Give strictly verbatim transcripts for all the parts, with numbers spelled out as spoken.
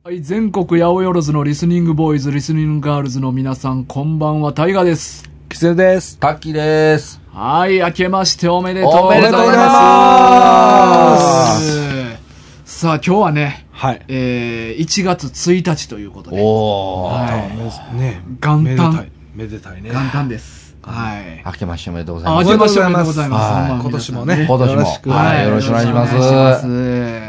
はい、全国八百万のリスニングボーイズ、リスニングガールズの皆さん、こんばんは、タイガです。 キツネです。 タッキーです。 はい、明けましておめでとうございます。 おめでとうございます。 さあ、今日はね、 はい、 えー、いちがつついたちということで。 おー。 はい。 ね、 元旦。 めでたいね。 元旦です。はい。 明けましておめでとうございます。 明けましておめでとうございます。 今年もね、 今年も。はい、よろしくお願いします。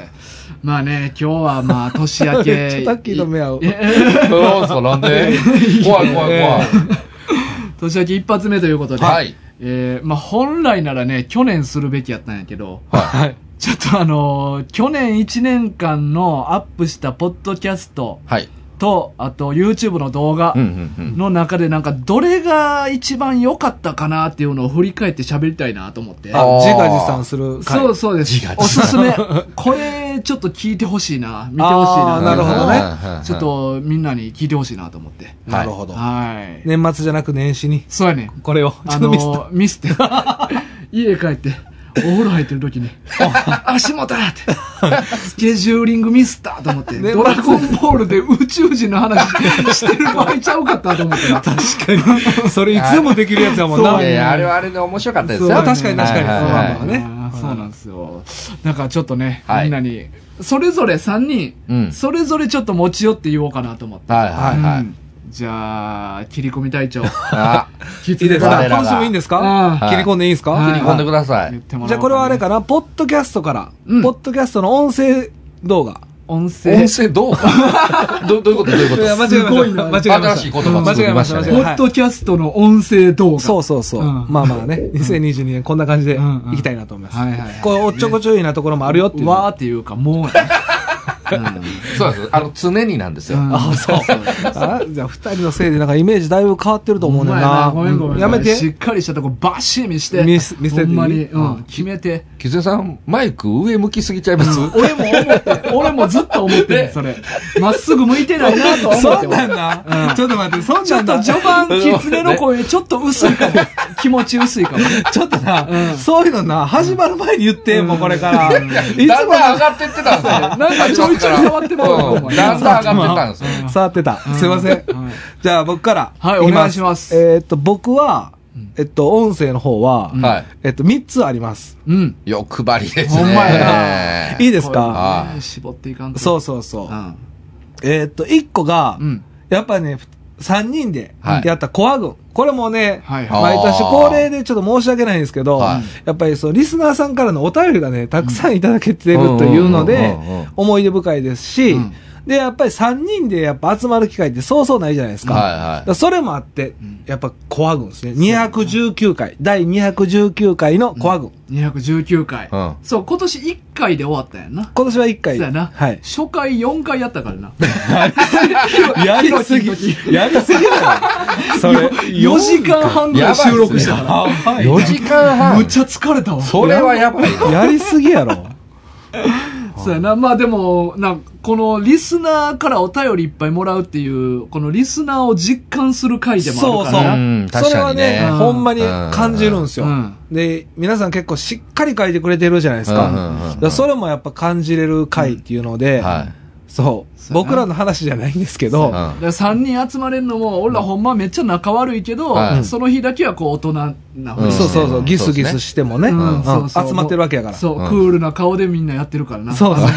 まあね、今日はまあ年明け。 タッキーの目合う。 どうですか、なんで怖い怖い怖い。 年明け一発目ということで。 はい。 えー、まあ本来ならね、去年するべきやったんやけど。 はい。 ちょっとあのー、去年いちねんかんのアップしたポッドキャスト。 はい。 と、あと YouTube の動画の中でなんかどれが一番良かったかなっていうのを振り返って喋りたいなと思って。 あ、自画自賛する回。 そうそうです。おすすめ。これちょっと聞いてほしいな、見てほしいな。 なるほどね。 ちょっとみんなに聞いてほしいなと思って。 なるほど。 はい。 年末じゃなく年始に。 そうやね。 これを。 あの、ミスって。家帰って。お風呂入ってる時に、あ、足元だって、スケジューリングミスったと思って、ドラゴンボールで宇宙人の話してる場合ちゃうかったと思ってな。 確かに。それいつでもできるやつやもんな。 いやいや、あれはあれで面白かったですよ。 確かに確かに。 そうなんですよ。だからちょっとね、みんなに、それぞれさんにん、それぞれちょっと持ち寄って言おうかなと思って。 はいはいはい。 じゃあ、切り込み隊長。 あ、 いいですか？今週もいいんですか？切り込んでいいですか？ 切り込んでください。 じゃあこれはあれかな、ポッドキャストから、ポッドキャストの音声動画。 音声音声動画どどういうことどういうこと？ 間違えました。 新しい言葉作りましたね。 ポッドキャストの音声動画。 そうそうそう。まあまあね、にせんにじゅうにねんこんな感じでいきたいなと思います。 はいはい。 これおっちょこちょいなところもあるよっていう。 わーっていうか、もう。 そうです。あの、常になんですよ。 あ、そう。あ、じゃあ二人のせいでなんかイメージだいぶ変わってると思うねんな。 ごめんごめん。 やめて。 しっかりしたとこバッシー見して。 見せて。 ほんまに。うん。決めて。 キズネさん、マイク上向きすぎちゃいます？ 俺も思って、俺もずっと思ってる、それ。まっすぐ向いてないなと思って。 そうなんだ。ちょっと待って、そんなんだ。 ちょっと序盤、キツネの声ちょっと薄いかも。気持ち薄いかも。 ちょっとな、そういうのな、始まる前に言って、もうこれから。いつも上がってってたんですよ。 なんかちょいちょい変わってもらう。 だんだん上がってたんですよ。 触ってた。すいません。じゃあ僕から。 はい、お願いします。 えっと、僕は、えっと、音声の方は、えっと、みっつあります。 うん。 欲張りですね。 ほんまやな。いいですか？ 絞っていかんと。 そうそうそう。えっと、いっこが、やっぱりね、さんにんでやったコア軍。これもね、毎年恒例でちょっと申し訳ないんですけど、やっぱりそう、リスナーさんからのお便りがね、たくさんいただけてるというので、思い出深いですし、で、やっぱりさんにんでやっぱ集まる機会ってそうそうないじゃないですか。はいはい、それもあって、やっぱコア軍ですね。にひゃくじゅうきゅうかい、だいにひゃくじゅうきゅうかいのコア軍。うん、 にひゃくじゅうきゅうかい、うん。そう、今年いっかいで終わったんやな。 今年はいっかい。 そうやな。 はい。 初回よんかいやったからな。 やりすぎ。やりすぎだよ。それ、 よじかんはんぐらい収録したから。 よじかんはんむっちゃ疲れたわ。 それはやばい。 やりすぎやろ。 そうやな。まあでも、な、このリスナーからお便りいっぱいもらうっていう、このリスナーを実感する回でもあるから。 そうそう。それはね、ほんまに感じるんですよ。で、皆さん結構しっかり書いてくれてるじゃないですか。それもやっぱ感じれる回っていうので、そう。僕らの話じゃないんですけど。 さんにん集まれるのも、俺らほんまめっちゃ仲悪いけど、その日だけはこう大人なふうに。 そうそうそう。ギスギスしてもね。集まってるわけやから。 そう。クールな顔でみんなやってるからな。そうそう。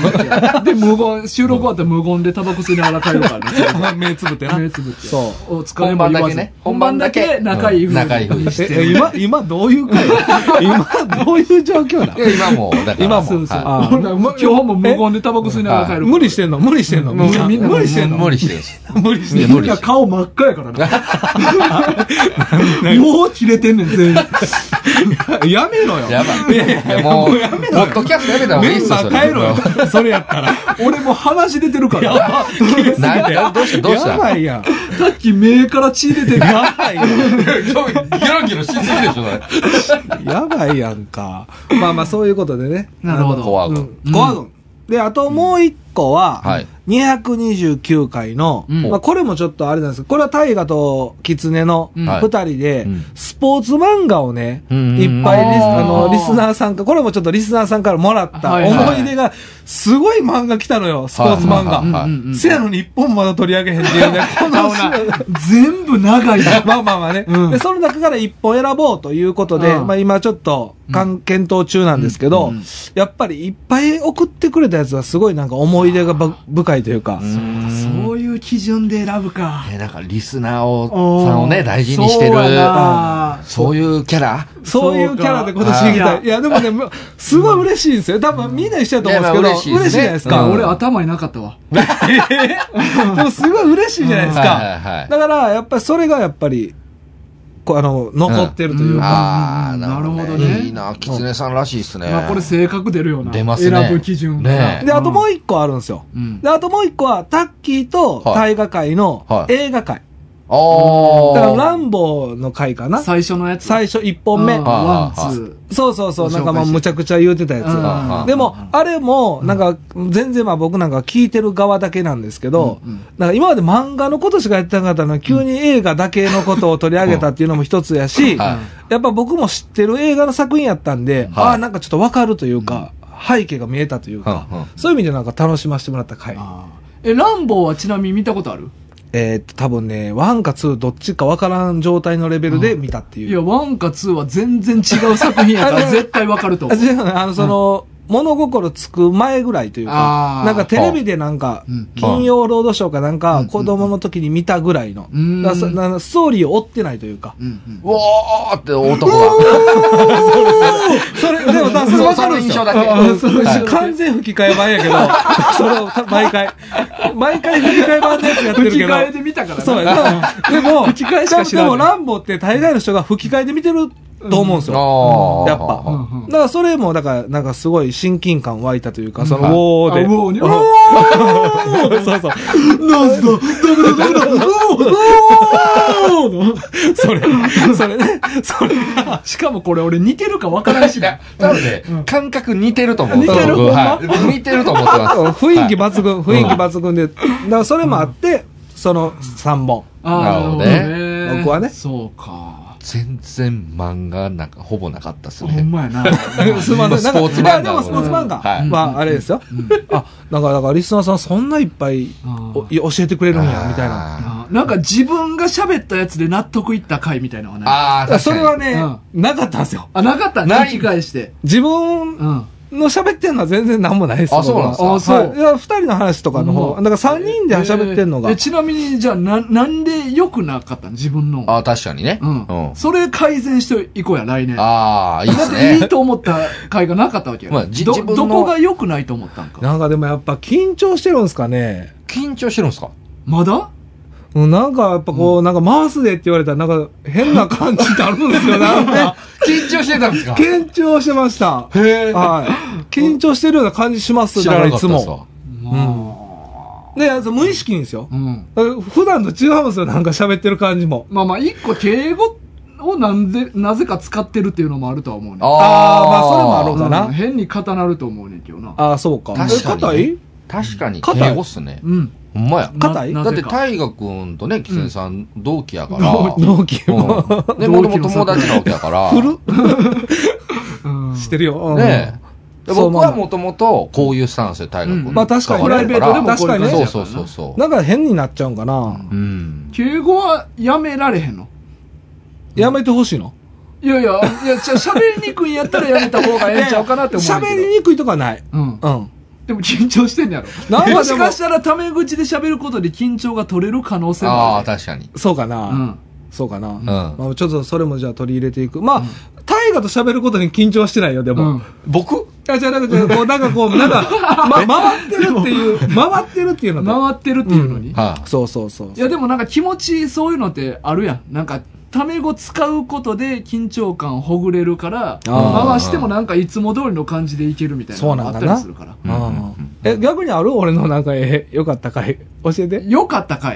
で、無言、収録終わったら無言でタバコ吸いながら帰るからね。 目つぶってな。 目つぶって。 そう。 お疲れも言わずね。本番だけ仲いい風にして。 今、今どういう回今どういう状況だ今も、 今も。 そうそう。今日も無言でタバコ吸いながら帰る。 無理してんの無理してんのみんな無理してんの無理してる。 無理してんのみんな顔真っ赤やからな。もう切れてんねん、全員。 やめろよ。 やばい。いやもう、ポッドキャストやめた方がいいっすよ、それ。 メンバー変えろよ。それやったら。 俺も話出てるから。 やばい。 なんでどうしたどうしたやばいやん。 さっき目から血出てる。 やばいよ。 ギロギロしすぎでしょ、 やばいやんか。まあまあ、そういうことでね。 なるほど。 コア軍。 コア軍。で、あともう一個は、にひゃくにじゅうきゅうかいの、はい、まあ、これもちょっとあれなんですけど、これは大河と狐の二人で、スポーツ漫画をね、うん、いっぱいリスあのリスナーさんか、これもちょっとリスナーさんからもらった思い出が、すごい漫画来たのよ、スポーツ漫画。せやのに一本まだ取り上げへんっていうね、この全部長いまあまあまあね、うん。で、その中から一本選ぼうということで、まあ今ちょっと、検討中なんですけど、うんうん、やっぱりいっぱい送ってくれたやつはすごいなんか思い出が深いというか。 そうそういう基準で選ぶか。 えー、なんかリスナーをさんをね、大事にしてる、そういうキャラそういうキャラで今年行きたい。いや、でもね、すごい嬉しいんですよ。多分みんな一緒だと思うんですけど、嬉しい、ね、嬉しいじゃないですか。 うん、俺頭になかったわ。 でもすごい嬉しいじゃないですか。はいはいはい、だから、やっぱりそれがやっぱり、こうあの残ってるというか、うん、 ああ、 なるほどね。 いいな、キツネさんらしいですね。 まあこれ性格出るような。 出ますね。 選ぶ基準が。 ね、で、あともう一個あるんですよ。うん、で、あともう一個は、タッキーと大河会の映画会。ああ。だから、ランボーの回かな。 最初のやつ。 最初一本目。 ワン、ツー。 そうそうそう。なんかまあ、むちゃくちゃ言うてたやつ。でも、あれも、なんか、全然まあ僕なんか聞いてる側だけなんですけど、なんか今まで漫画のことしかやってなかったのに、急に映画だけのことを取り上げたっていうのも一つやし、やっぱ僕も知ってる映画の作品やったんで、ああ、なんかちょっとわかるというか、背景が見えたというか、そういう意味でなんか楽しませてもらった回。 え、ランボーはちなみに見たことある？ えー、っと、多分ね、ワンかツーどっちかわからん状態のレベルで見たっていう。 いや、ワンかツーは全然違う作品やから絶対わかると思う。 あの、その、物心つく前ぐらいというか、なんかテレビでなんか、金曜ロードショーかなんか、子供の時に見たぐらいの、だストーリーを追ってないというか。 うわーって男が。 それ、でもさ、それ分かるんですよ。完全吹き替え版やけど、それを毎回、毎回吹き替え版のやつやってるけど。 吹き替えで見たからね。 そうやな。でも、 吹き替えしか知らない。 でもランボーって大概の人が吹き替えで見てると思うんですよ。やっぱ。だからそれも、だから、なんかすごい親近感湧いたというか、その、ウォーで。ウォーに、ウォーそうそう。なんすかダメだダメだウォーウォーそれ、それね。それが。 しかもこれ俺似てるか分からんしな。 なので、感覚似てると思う。 似てる似てると思ってます。 雰囲気抜群、雰囲気抜群で。だからそれもあって、そのさんぼん。 なるほどね。 僕はね。 そうか。 全然漫画なんかほぼなかったっすね。 ほんまやな。 スポーツ漫画。でもスポーツ漫画はあれですよ。あ、なんか、だからリスナーさんそんないっぱい教えてくれるんや、みたいな。 なんか自分が喋ったやつで納得いった回みたいなのがね。 ああ、それはね、なかったんですよ。 あ、なかった聞き返して。 自分、の喋ってんのは全然なんもないですよ。 あ、そうなんですか。 あ、そう。いや、二人の話とかの方、だから三人で喋ってんのが。 え、ちなみに、じゃあ、な、なんで良くなかったの自分の。 あ、確かにね。 うん。それ改善していこうや、来年。 ああ、いいですね。 だっていいと思った回がなかったわけよ。まあ、自分のどこが良くないと思ったんか。 なんかでもやっぱ緊張してるんですかね。 緊張してるんですかまだなんかやっぱこう、なんか回すでって言われたらなんか変な感じってあるんですよ。なんか緊張してたんですか？ 緊張してました。へえ。はい。緊張してるような感じします。 知らなかったですわ。 うん。で、無意識にですよ。うん。普段と違うんですよ。なんか喋ってる感じも。 まあまあ、一個敬語をなんで、なぜか使ってるっていうのもあるとは思うね。 ああ、まあそれもあるかな。 変に固なると思うねんけどな。 ああ、そうか。 確かに。 硬い？ 確かに。敬語っすね。うん。ほんまや。 硬い？ だって大河君とね、キツネさん同期やから。 同期も。 で、もともと友達なわけやから。 古知ってるよ。 ねえ。僕はもともとこういうスタンスで大河君。 まあ確かに。 プライベートでも確かにね。 そうそうそうそう。 だから変になっちゃうんかな。うん。 敬語はやめられへんの？ やめてほしいの？ いやいや、いや、喋りにくいんやったらやめた方がええんちゃうかなって思う。 喋りにくいとかない。 うん。うん。でも緊張してんやろ。もしかしたらタメ口で喋ることで緊張が取れる可能性もある。 ああ、確かに。 そうかな。うん。そうかな。うん。まあ、ちょっとそれもじゃあ取り入れていく。まあ、大河と喋ることに緊張はしてないよ、でも。 僕？ あ、じゃなくて、こう、なんかこう、なんか、ま、回ってるっていう、回ってるっていうので。回ってるっていうのに。 そうそうそう。 いや、でもなんか気持ち、そういうのってあるやん。なんか、タメ語使うことで緊張感ほぐれるから、回してもなんかいつも通りの感じでいけるみたいなのがあったりするから。 え、逆にある俺のなんか、え、よかった回。教えて。 よかった回。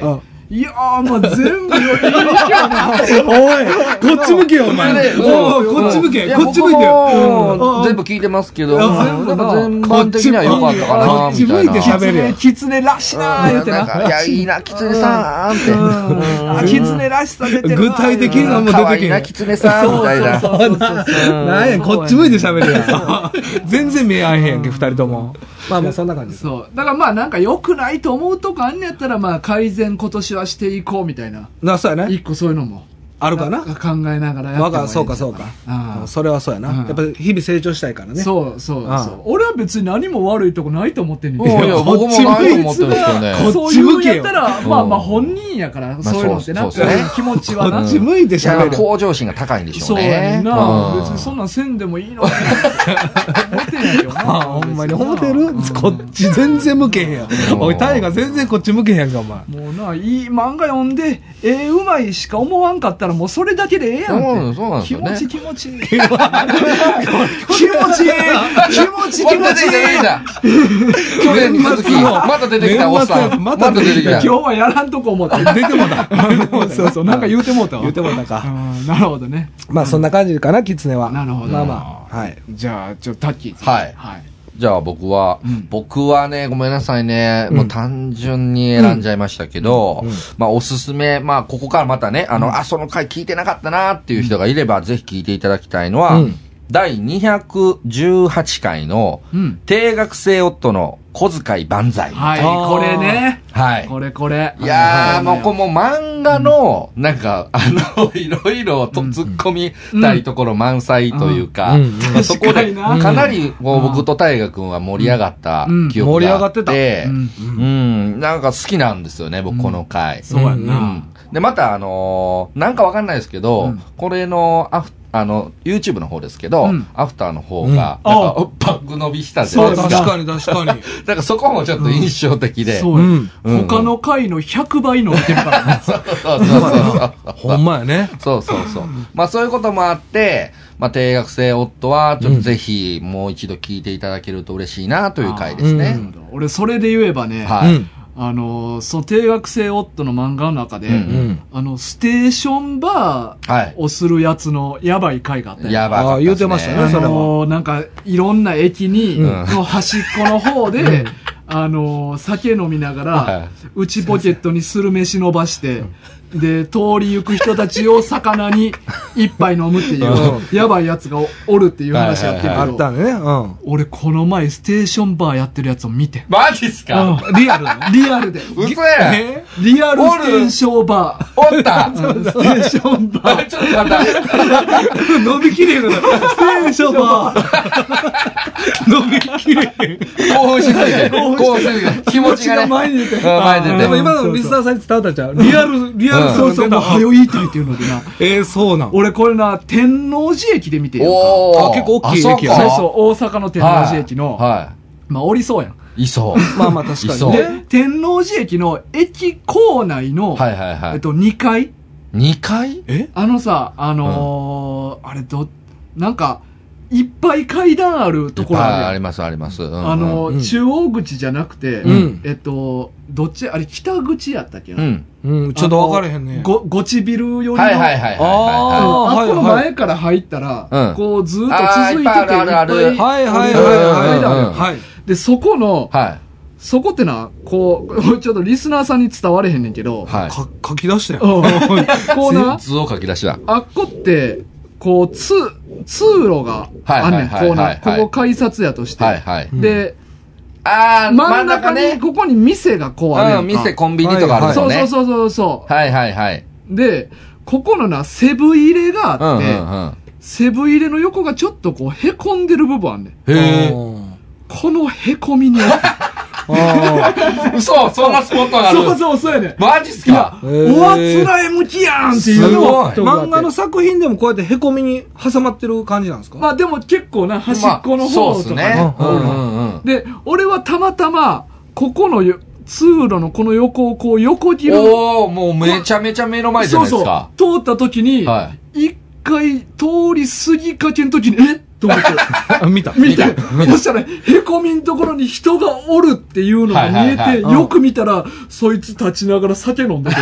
いやー、まあ全部よりいいけどな。 おい、こっち向けよ、お前。おい、こっち向け、こっち向けよ。 全部聞いてますけど、全部全般的には良かったかな、みたいな。 こっち向いて喋るよ。 キツネらしなー言うてな。 いや、いいな、キツネさんって。 キツネらしさ出てる。 具体的なもん出てきて。 な、キツネさんみたいな。 なんや、こっち向いて喋るやん。全然目合えへんやんけ、二人とも。まあまあそんな感じ。 そう。だからまあなんか良くないと思うとこあんねやったらまあ改善今年はしていこうみたいな。 な、そうやね。 一個そういうのも。 あるかな考えながらやってもいい。 わか、そうかそうか。それはそうやな。やっぱり日々成長したいからね。 そうそうそう。俺は別に何も悪いとこないと思ってんねん。 いやいや、僕もないと思ってるんですよね。 そういうやったら、まあまあ本人やから、そういうのってな、気持ちはな。 こっち向いて喋る。 向上心が高いんでしょうね。 そうやな。別にそんなんせんでもいいのに。思ってんやけどな。 ほんまに思ってるこっち全然向けへんやん。おい、タイが全然こっち向けへんやんか、お前。 もうな、いい漫画読んで、ええうまいしか思わんかったらもうそれだけでええやんって。 そうなんですよね。 気持ち気持ちいい。気持ちいい。気持ちいい。気持ちいい。 去年に続き、また出てきたおっさん。また出てきた。 今日はやらんとこ思って。 出てもだ。 そうそう、なんか言うてもうたわ。 言うてもうたか。 なるほどね。 まあそんな感じかな、キツネは。 なるほど。 まあまあ。はい。 じゃあ、ちょ、タッキー。 はい。はい。じゃあ僕は、うん、僕はね、ごめんなさいね、うん、もう単純に選んじゃいましたけど、うん、まあおすすめ、まあここからまたね、あの、うん、あ、その回聞いてなかったなっていう人がいれば、ぜひ聞いていただきたいのは、だいにひゃくじゅうはちかいの、定額制夫の小遣い万歳。 はい、これね。 はい。 これこれ。 いやー、もうこの漫画の、なんか、あの、いろいろと突っ込みたいところ満載というか、そこで、かなり、もう僕と大河君は盛り上がった記憶があって、うん、なんか好きなんですよね、僕この回。 そうやな。 で、また、あのー、なんかわかんないですけど、うん、これのアフ、あの、YouTube の方ですけど、うん、アフターの方が、うん、なんか、バック伸びしたじゃないですか。 確かに確かに。 だからそこもちょっと印象的で。 うん、そう、うん、他の回のひゃくばい伸びてるからね。 そうそうそうそう。 ほんまやね。 そうそうそう。まあそういうこともあって、まあ定額制夫は、ちょっとぜひもう一度聞いていただけると嬉しいなという回ですね。 俺それで言えばね、はい。あの、その定額制夫の漫画の中で、うんうん、あの、ステーションバーをするやつのやばい回があったよ。 やばかったですね。 言うてましたね、それは。 なんか、いろんな駅に、うん、の端っこの方で、うん、あの、酒飲みながら、はい、内ポケットにスルメシ伸ばして、で、通り行く人たちを魚に一杯飲むっていう、やばいやつがおるっていう話やってるけど、 あったね。うん。 俺この前ステーションバーやってるやつを見て。 マジっすか、 うん、リアルリアルで。 嘘やん。 リアルステーションバー。 おった、 うん、ステーションバー。 ちょっと待って。 伸びきれるの。ステーションバー。伸びきれる。 興奮しすぎて。興奮しすぎて。気持ちがね。 前に出て。 前に出て。 でも今のリスナーさんに伝わったじゃん。リアル、リアル、 そうそう、もう早いって言ってるのでな。 えー、そうなん。 俺これな、天王寺駅で見てるよ。あ、結構大きい駅やね。そうそう、大阪の天王寺駅の。はい。まあ、降りそうやん。 いそう。 まあまあ確かに。 で、天王寺駅の駅構内の、はいはいはい。えっと、にかい。 にかい？ えあのさ、あのー、あれど、なんか、いっぱい階段あるところある。 ありますあります。 あの、中央口じゃなくて、えっと、どっち、あれ北口やったっけな。 うん。ちょっと分かれへんね。 ご、ごちビルよりの。 はいはいはい。ああ、あこの前から入ったら、こうずっと続いてて、いっぱい。 はいはいはいはい。 で、そこの、そこってな、こう、ちょっとリスナーさんに伝われへんねんけど、 書き出したよ。 こうな、 図を書き出した。 あっこって、こう、通、通路があんねん。こうな、ここ改札やとして。はいはい。で、あー、真ん中に、ここに店がこうあるやんか。 店、コンビニとかあるんですよね。 そうそうそうそう。 はいはいはい。 で、ここのな、セブ入れがあって、セブ入れの横がちょっとこう、へこんでる部分あんねん。 へー。 このへこみに嘘、そんなスポットがある。 そうそう、そうやね。 マジっすか？ おあつらえ向きやんっていうのを。 漫画の作品でもこうやってへこみに挟まってる感じなんですか？ まあでも結構な、端っこの方とかね。で、俺はたまたま、ここの通路のこの横をこう横切る。 おー、もうめちゃめちゃ目の前じゃないですか。 そうそう。通った時に、一回通り過ぎかけん時に、えっと思って。 見た見て。そしたら、へこみんところに人がおるっていうのが見えて、よく見たら、そいつ立ちながら酒飲んでる。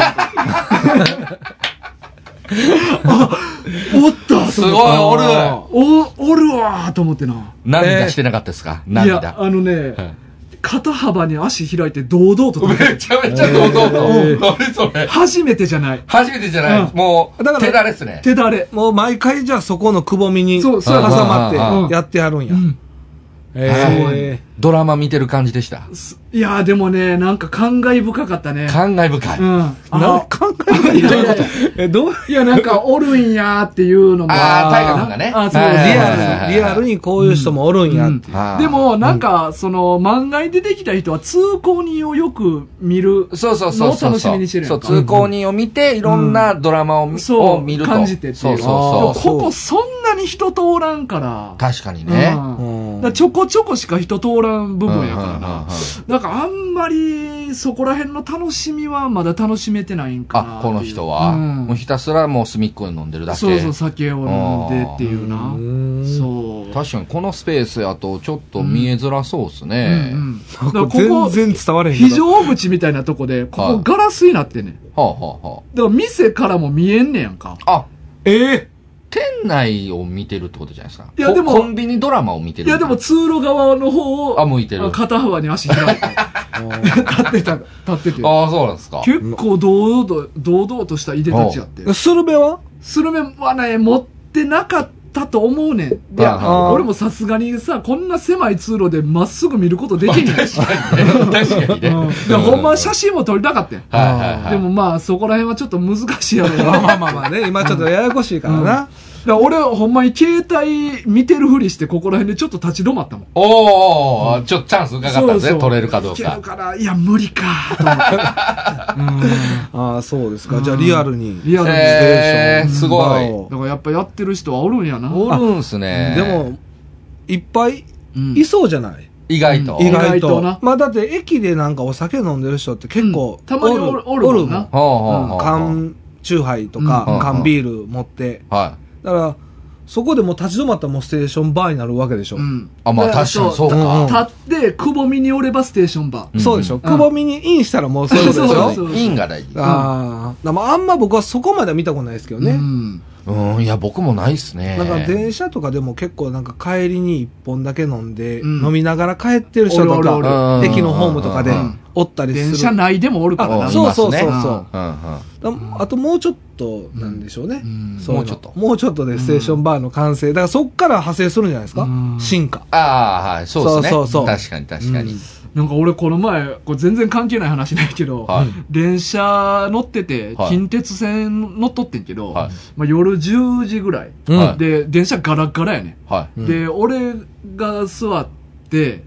あ、おったすごい、おるお、おるわーと思ってな。 涙してなかったですか？涙。 いや、あのね、肩幅に足開いて堂々と。 めちゃめちゃ堂々と。何それ。 初めてじゃない。 初めてじゃない。もう、手だれっすね。 手だれ。 もう毎回じゃあそこのくぼみに挟まってやってやるんや。 えー、ドラマ見てる感じでした。 いやでもね、なんか感慨深かったね。 感慨深い。うん。 あ感慨深い。どういうこと？え、どういや、なんか、おるんやっていうのも。 ああ、大河君がね。 あそうリアル、リアルにこういう人もおるんやって。 でも、なんか、その、漫画に出てきた人は通行人をよく見るそうそうそう。 楽しみにしてる。 そう、通行人を見て、いろんなドラマを見ると。 感じてて。 そうそうそう。ここそんなに人通らんから。 確かにね。 ちょこちょこしか人通らん部分やからな。なんかあんまりそこら辺の楽しみはまだ楽しめてないんかな。 あ、この人は、うん、もうひたすらもう隅っこに飲んでるだけ。 そうそう、酒を飲んでっていうな。そう。 確かにこのスペースやとちょっと見えづらそうですね。うんうんうん、だからここ全然伝われへん。 非常口みたいなとこで、ここガラスになってね。 はあはあはあ。 だから店からも見えんねやんか。 あ、 ええー店内を見てるってことじゃないですか。 いやでも、 コンビニドラマを見てる。 いやでも通路側の方を、 あ、向いてる。 片幅に足開いて。立ってた、立ってて。 ああ、そうなんですか。 結構堂々と、堂々としたいでたちやって。 スルメはスルメはね、持ってなかったと思うねん。で、俺もさすがにさ、こんな狭い通路でまっすぐ見ることできんねんし。 確かにね。 ほんま写真も撮りたかったん。 はいはいはい。 でもまあ、そこら辺はちょっと難しいやろ。 まあまあまあまあね、今ちょっとややこしいからな。 だ俺はほんまに携帯見てるふりしてここら辺でちょっと立ち止まったもん。 おー、うん、ちょっとチャンス伺ったんですね。そうそう撮れるかどうか。 いけるから、いや、無理かと思って。 ああ、そうですか。じゃあリアルに。 リアルに。 えー、すごい。 だからやっぱやってる人はおるんやな。 おるんすね。 でも、いっぱいいそうじゃない、 意外と。 意外とな。まあだって駅でなんかお酒飲んでる人って結構、 たまにおるもんな。 缶チューハイとか缶ビール持って。 はい。 だから、そこでもう立ち止まったらもうステーションバーになるわけでしょ。うん、 あ、まあ確かにそうか。 立って、くぼみにおればステーションバー。 そうでしょ。くぼみにインしたらもうそういうことでしょ。 そうインが大事。 ああ。あんま僕はそこまでは見たことないですけどね。 うん、いや、僕もないっすね。 なんか電車とかでも結構なんか帰りに一本だけ飲んで、飲みながら帰ってる人とか、駅のホームとかでおったりする。 電車内でもおるからな。 そうそうそうそう。あともうちょっとなんでしょうね。 もうちょっと。 もうちょっとでステーションバーの完成。だからそっから派生するんじゃないですか。進化。 ああ、はい、そうですね。 そうそうそう。 確かに確かに。 なんか俺この前、これ全然関係ない話ないけど、はい、電車乗ってて、近鉄線乗っとってんけど、はい、まあ、夜じゅうじぐらい、はい、で、電車ガラガラやね、はい、で、俺が座って、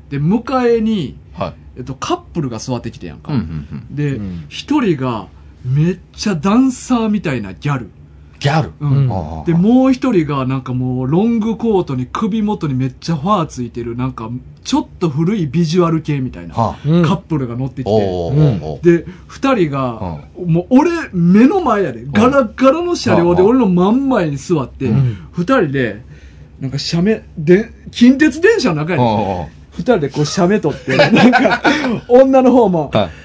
で、向かいに、はい、えっと、カップルが座ってきてやんか。うんうんうん、で、一、うん、人がめっちゃダンサーみたいなギャル。 ギャル、 うん、で、もう一人がなんかもうロングコートに首元にめっちゃファーついてるなんかちょっと古いビジュアル系みたいなカップルが乗ってきて、うん、で、二人が、うん、もう俺目の前やで、ガラガラの車両で俺の真ん前に座って、うん、二人で、なんか車目、で、近鉄電車の中やで、二人でこう車目取って、なんか女の方も、はい、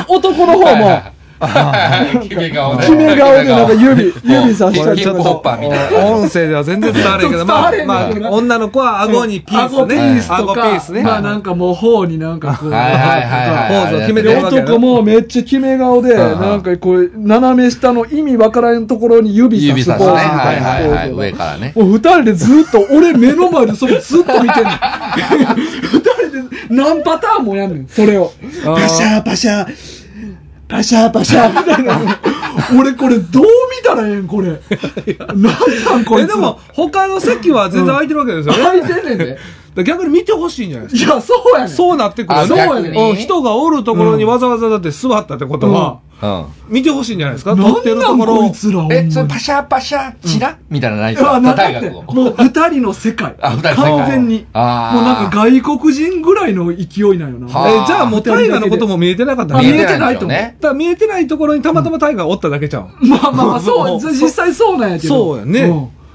男の方も、はい決め顔で。 決め顔でなんか指、指さしたりとか。 音声では全然伝われんけど、まあ、まあ、女の子は顎にピースね。 顎ピースね。まあなんかもう頬になんかこう、ポーズを決めてるわけ。 男もめっちゃ決め顔で、なんかこう、斜め下の意味わからんところに指さすポーズみたいなポーズ。 上からね。 もう二人でずっと、俺目の前でそれずっと見てんの。二人で何パターンもやんねん、それを。パシャーパシャー。パシャーパシャーみたいな。俺これどう見たらええんこれ。なんなんこれ。 え、でも、他の席は全然空いてるわけですよね。 空いてんねんね。 逆に見てほしいんじゃないですか。いや、そうやねん。 そうなってくる。 そうやねん。人がおるところにわざわざだって座ったってことは、見てほしいんじゃないですか。撮ってるところ。 こいつら。 え、それパシャパシャ、チラみたいなのないですか。 なかってもう二人の世界。 あ、二人の世界。 完全に。もうなんか外国人ぐらいの勢いなんよな。 え、じゃあもう大河のことも見えてなかった見えてないと思う。だから見えてないところにたまたま大河がおっただけちゃう。 まあまあまあ、そう、実際そうなんやけど。 そうやね。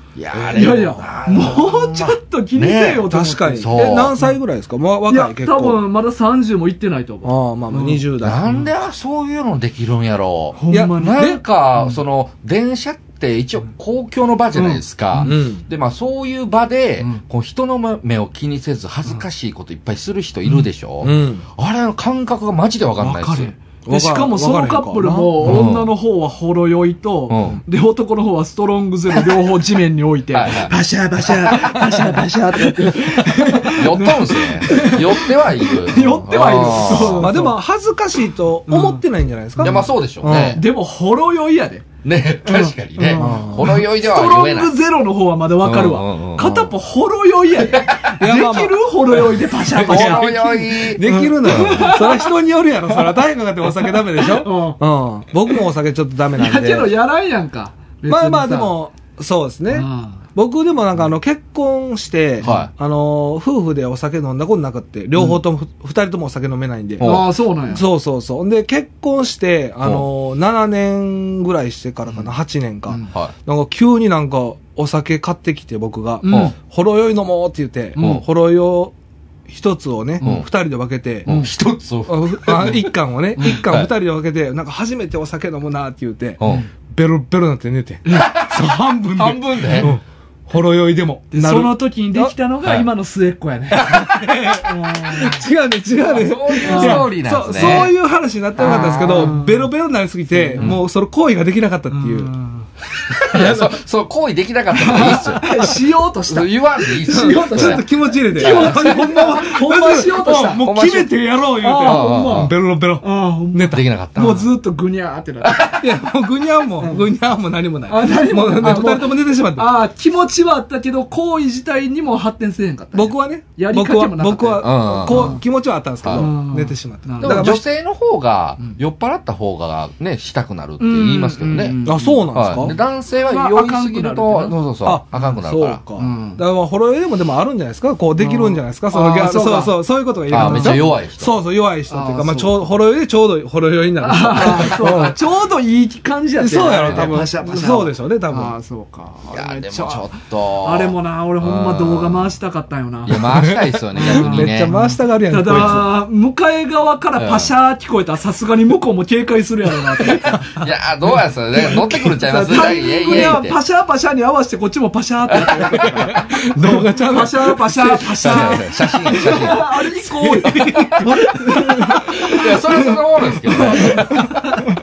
いや、 いやいや、もうちょっと気にせよと思って。 確かに。え、何歳ぐらいですか？まあ、若い結構。 多分まださんじゅうもいってないと思う。ああ、まあまあにじゅう代。 なんでそういうのできるんやろう。ほんまに。 なんか、その、電車って一応公共の場じゃないですか。で、まあそういう場で、こう人の目を気にせず恥ずかしいこといっぱいする人いるでしょ。あれの感覚がマジでわかんないですよ。 でしかもそのカップルも女の方はほろ酔いと、うん、で男の方はストロングゼロ両方地面に置いてバシャバシャバシャバシャってやって寄ったんですね。寄ってはいる。 寄ってはいる。 まあでも恥ずかしいと思ってないんじゃないですか。 いやまあそうでしょうね。 でもほろ酔いやで。 ね、確かにね。ほろ酔いでは言えない。 ストロングゼロの方はまだわかるわ。片っぽほろ酔いやで。できるほろ酔いでパシャパシャ。 ほろ酔い。 できるのよ。それは人によるやろ。それは大河ってお酒ダメでしょ。うん。僕もお酒ちょっとダメなんで。 いやけどやらんやんか。 まあまあでも、そうですね。僕でもなんかあの結婚して、はい、あの夫婦でお酒飲んだことなくって、両方とも、二、うん、人ともお酒飲めないんで。 ああ、そうなんや。 そうそうそう。で、結婚して、あのななねんぐらいしてからかな、はちねんか。うん、なんか急になんかお酒買ってきて僕が、うん、ほろ酔い飲もうって言って、うん、ほろ酔い一つをね、二、うん、人で分けて、 一、うん、つを一缶をね、一缶二人で分けて、なんか初めてお酒飲むなって言って、うん、ベロベロなって寝て。 そう、半分で。 半分で、うんほろ酔いでも。 その時にできたのが今の末っ子やね。 違うね、違うね。 そういうストーリーなんですね。 そういう話になってなかったんですけど、ベロベロになりすぎて、もうその行為ができなかったっていう。 いや、そう、そう、行為できなかったのがいいっすよ。 しようとした。 言わんでいいっすよ。しようとした。 ちょっと気持ち入れて。 ほんまは、ほんまはしようとした。 もう決めてやろう言うて。ベロベロ。 寝た。できなかった。 もうずっとぐにゃーってなって。 いや、もうぐにゃーも、ぐにゃーも何もない。あ、何もない。二人とも寝てしまった。 ああ、気持ちはあったけど、行為自体にも発展せえへんかった。 僕はね、 やりかけもなかった。 僕は、こう、気持ちはあったんですけど、寝てしまった。 だから女性の方が、酔っ払った方がね、したくなるって言いますけどね。 あ、そうなんですか？ 男性は酔いすぎると、そうそうそう、あかんくなるから。 そうか。だから、ほろ酔いでもでもあるんじゃないですか？こう、できるんじゃないですか？そのギャル、そうそう、そういうことが言える。 あ、めっちゃ弱い人。 そうそう、弱い人っていうか、まあ、ちょうど、ほろ酔いでちょうど、ほろ酔いになる。 ちょうどいい感じやったそうやろ、多分。そうでしょうね、多分。 ああ、そうか。 いや、でもちょっと。 あれもな、俺ほんま動画回したかったんよな。 いや、回したいですよね、逆にね。 めっちゃ回したがるやん、 ただ、向かい側からパシャー聞こえたら、さすがに向こうも警戒するやろなって。いや、どうやそれ。乗ってくるんちゃいます？ タイミングでパシャーパシャーに合わせてこっちもパシャーってやって。 動画ちゃうパシャーパシャーパシャー。 写真、写真。 あれにこう。 いや、それはそのものですけどね。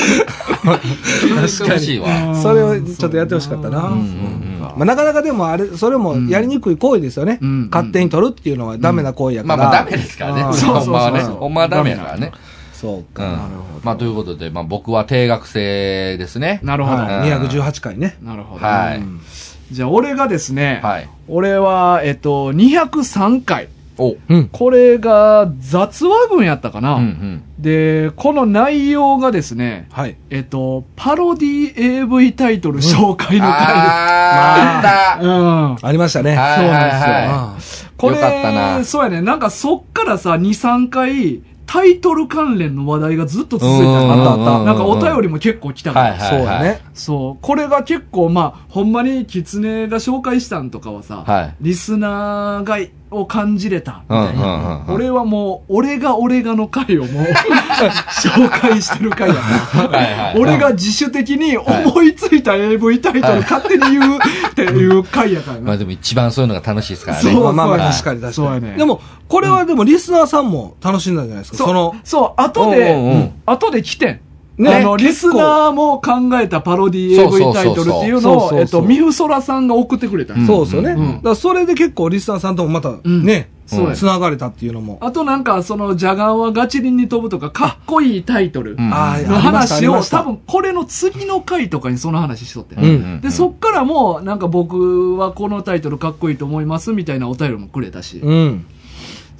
確かに。それをちょっとやってほしかったな。まあなかなかでもあれ、それもやりにくい行為ですよね。勝手に取るっていうのはダメな行為やから。 まあまあダメですからね。ほんまはね。ほんまはダメやからね。 そうか。なるほど。 まあということで、まあ僕は定額制ですね。 なるほど。 にひゃくじゅうはちかいね。 なるほど。 はい。 じゃあ俺がですね、俺は、えっと、にひゃくさんかい。 おこれが雑話文やったかな、うんうん、でこの内容がですね、はい、えっとパロディ エーブイ タイトル紹介の回、うん、 あー、 うん、 ありましたね。 そうなんですよ。これよかったな。そうやね。なんかそっからさにさんかいタイトル関連の話題がずっと続いてた。あったあった。なんかお便りも結構来たから。 そうやね。 そう。これが結構まあほんまにキツネが紹介したんとかはさ、はい、リスナーがを感じれたみたいな。俺はもう、俺が俺がの回をもう紹介してる回やな。はいはい、俺が自主的に思いついた エーブイ タイトル勝手に言うっていう回やからな。 まあでも一番そういうのが楽しいですからね。 そう、 まあまあ確かに確かに。ね、でも、これはでもリスナーさんも楽しんだんじゃないですか。その、 そう、後で、後で来てん。ね、あの、リスナーも考えたパロディ エーブイ タイトルっていうのを、えっと、ミフソラさんが送ってくれた。 そうですよね。だからそれで結構リスナーさんともまたね、繋がれたっていうのも。 あとなんか、その、ジャガンはガチリンに飛ぶとか、かっこいいタイトルの話を、多分これの次の回とかにその話しとって。で、そっからも、なんか僕はこのタイトルかっこいいと思いますみたいなお便りもくれたし。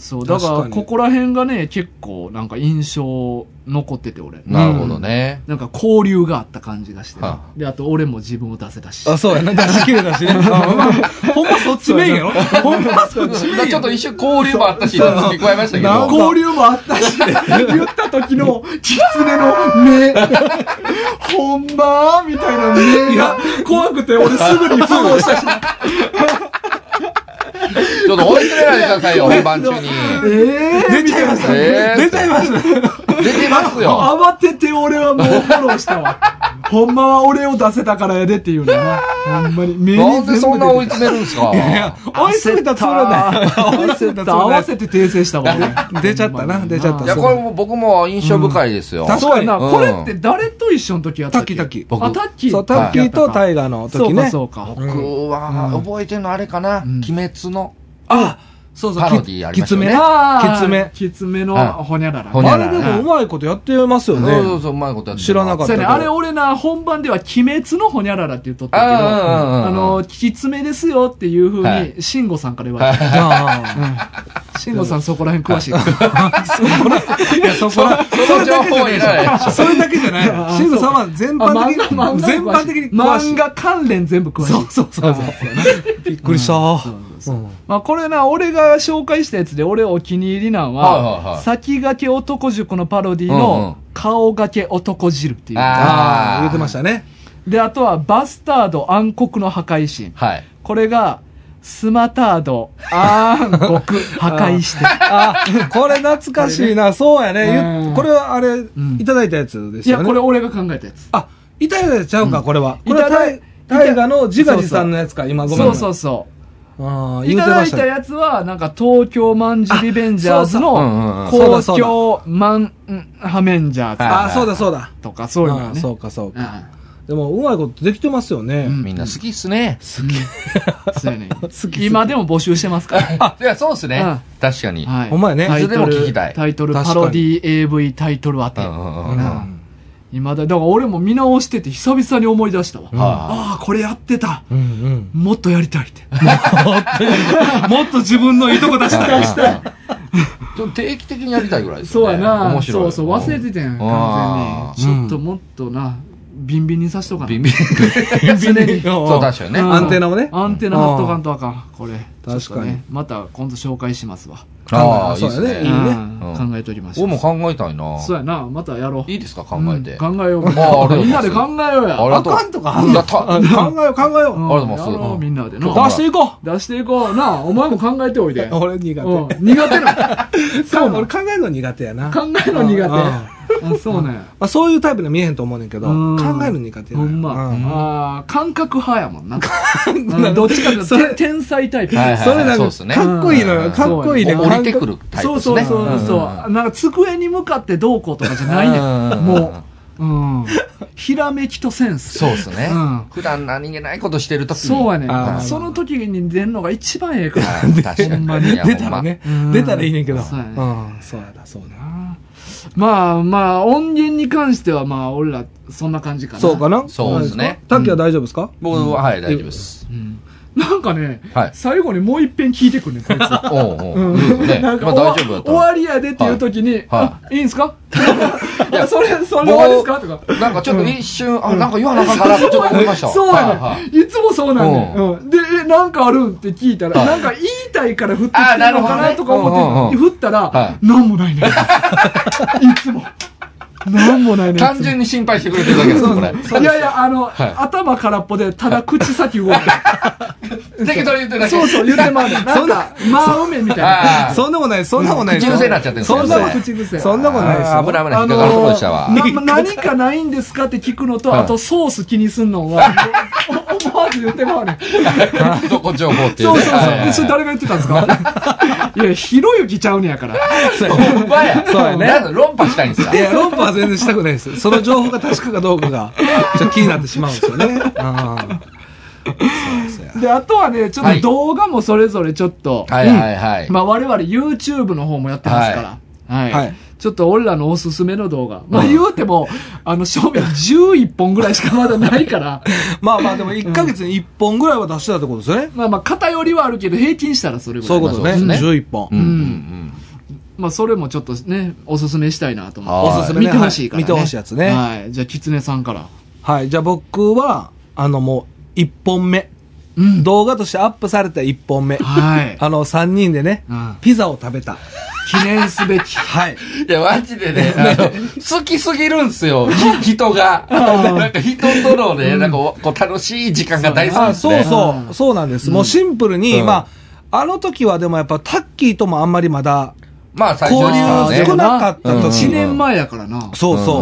そう、だから、ここら辺がね、結構、なんか印象残ってて、俺。 なるほどね。 なんか交流があった感じがして。で、あと、俺も自分を出せたし。 あ、そうやな、出し切れたしね。ほんまそっちメインやろほんまそっちメイン。 ちょっと一瞬交流もあったし、聞こえましたけど。 交流もあったし、言った時の、キツネの目。ほんまみたいな目。いや、怖くて、俺すぐにフォローしたし。 ちょっと追い詰めないでくださいよ、本番中に。 えぇ、 出ちゃいました。出ちゃいました。 出てますよ。 慌てて俺はもうフォローしたわ。ほんまは俺を出せたからやでっていうのな。ほんまに。目になんでそんな追い詰めるんですか？いやいや、 追い詰めたつもりはない。追い詰めたつもりはない。 合わせて訂正したわ。 出ちゃったな、出ちゃった。 いや、これも僕も印象深いですよ。 確かにな。これって誰と一緒の時やったっけ？ タッキー、 タッキー。あ、タッキー。 そう、タッキーとタイガーの時ね。 そうか、そうか。 僕は覚えてるのあれかな。鬼滅の。 あ、そうそう、 パロディーありましたね。 きつめ。きつめのほにゃらら。 あれでもうまいことやってますよね。 そうそうそう、うまいことやって知らなかったけど。 あれ俺な、本番では鬼滅のほにゃららって言っとったけど、あの、きつめですよっていうふうに、慎吾さんから言われた。慎吾さんそこら辺詳しい。 いや、そこら、それだけじゃない。それだけじゃない。慎吾さんは全般的に、全般的に詳しい。 漫画関連全部詳しい。 そうそうそう。びっくりした。 まあこれな、俺が紹介したやつで俺お気に入りなんは、先駆け男塾のパロディの顔がけ男汁っていう。 ああ、言ってましたね。 で、あとはバスタード暗黒の破壊神。 はい。 これが、スマタード暗黒破壊して。 あ、これ懐かしいな。そうやね。これはあれ、いただいたやつですよね。 いや、これ俺が考えたやつ。 あ、いただいたやつちゃうか、これは。これはタイガの自画自賛のやつか、今ごめん。 そうそうそう。いただいたやつは、なんか、東京マンジリベンジャーズの、公共マンハメンジャーズ。 あ、そうだそうだ。 とか、そういうのね。 そうかそうか。でも、うまいことできてますよね。 みんな好きっすね。 好き。そうやね。今でも募集してますから。 あ、いや、そうっすね。確かに。 ほんまやね。 いつでも聞きたい。 タイトル、パロディ エーブイ タイトル当て。今だ、だから俺も見直してて久々に思い出したわ。ああ、これやってた。もっとやりたいって。もっと自分のいいとこ出したい。 定期的にやりたいぐらいですね。 そうやな。面白い。そうそう、忘れててん、完全に。ちょっともっとな、ビンビンにさしとかな。 ビンビン。 常に。 そう、確かにね。 アンテナもね。 アンテナ張っとかんとあかん。これ。 確かに。 また今度紹介しますわ。 ああ、そうやね。いいね。 考えときましょう。俺も考えたいな。 そうやな。またやろう。 いいですか、考えて。 考えよう。みんなで考えようや。 あかんとかあんの？考えよう、考えよう。 ありがとうございます。 やろう、みんなでな。 出していこう。出していこう。なあ、お前も考えておいで。 俺苦手。 苦手な。 そう、俺考えるの苦手やな。 考えるの苦手。あ、そうね。 まあそういうタイプで見えへんと思うねんけど、考えるの苦手やな。 ほんま。ああ、感覚派やもんな。どっちかというと、天才タイプ。 それなんか、かっこいいのよ。かっこいいね。 降りてくるタイプですね。 そうそうそうそう。なんか机に向かってどうこうとかじゃないねん。もう。うん。ひらめきとセンス。 そうですね。普段何気ないことしてるときに。 そうやねん。その時に出るのが一番ええから。 確かに。 出たらね。出たらいいねんけど。 そうやね。 そうやだ、そうだ。 まあまあ、音源に関してはまあ、俺らそんな感じかな。 そうかな？ そうですね。 タッキーは大丈夫ですか？ 僕は、はい、大丈夫です。 なんかね、最後にもう一遍聞いてくるねん、こいつ。 おうおう。なんか、 終わりやでっていう時に、あ、いいんすか？いや、それ、それ終わりですかとか。 なんかちょっと一瞬、あ、なんか言わなあかんかなってちょっと思いました。 そうやね。いつもそうなんねん。で、え、なんかあるんって聞いたら、なんか言いたいから振ってきてるのかなとか思って振ったら、なんもないねん。いつも。なんもないね。 単純に心配してくれてるだけです、これ。 いやいや、あの、頭空っぽで、ただ口先動いて。 適当に言ってるだけ。 そうそう、言ってまうね。なんか、まあ梅みたいな。 そんなもんない、そんなもんない。 口癖になっちゃってるんですよ。 そんなもん口癖。 そんなもんないです。 危ない危ない、引っかかるとこでしたわ。 何かないんですかって聞くのと、あとソース気にすんのは、思わず言ってまうね。 どこ情報っていう。 そうそうそう。それ誰が言ってたんですか？いや、ひろゆきちゃうねやから。 ほんまや。そうやね。論破したいんですか？ いや、論破は全然したくないです。その情報が確かかどうかが、ちょっと気になってしまうんですよね。 で、あとはね、ちょっと動画もそれぞれちょっと、 はいはいはい。 まあ我々 YouTube の方もやってますから、はい。ちょっと俺らのおすすめの動画。まあ言うても、あの、正面じゅういっぽんぐらいしかまだないから。 まあまあでもいっかげつにいっぽんぐらいは出してたってことですね。 まあまあ偏りはあるけど、平均したらそれぐらい。 そういうことね。じゅういっぽん。 うん。 まあ、それもちょっとね、おすすめしたいなと思って。 おすすめね。 見てほしいからね。 見てほしいやつね。 はい。じゃあ、キツネさんから。 はい。じゃあ僕は、あのもう、一本目。うん、動画としてアップされた一本目。はい。あの、三人でね、うん、ピザを食べた。 記念すべき。 はい。 いや、マジでね、あの、好きすぎるんすよ、人が。なんか人とのね、なんかこう楽しい時間が大好きですね。 そうそう、そうなんです。もうシンプルに、まあ、あの時はでもやっぱタッキーともあんまりまだ、 まあ、最初交流少なかったと。 いちねんまえやからな。 そうそう。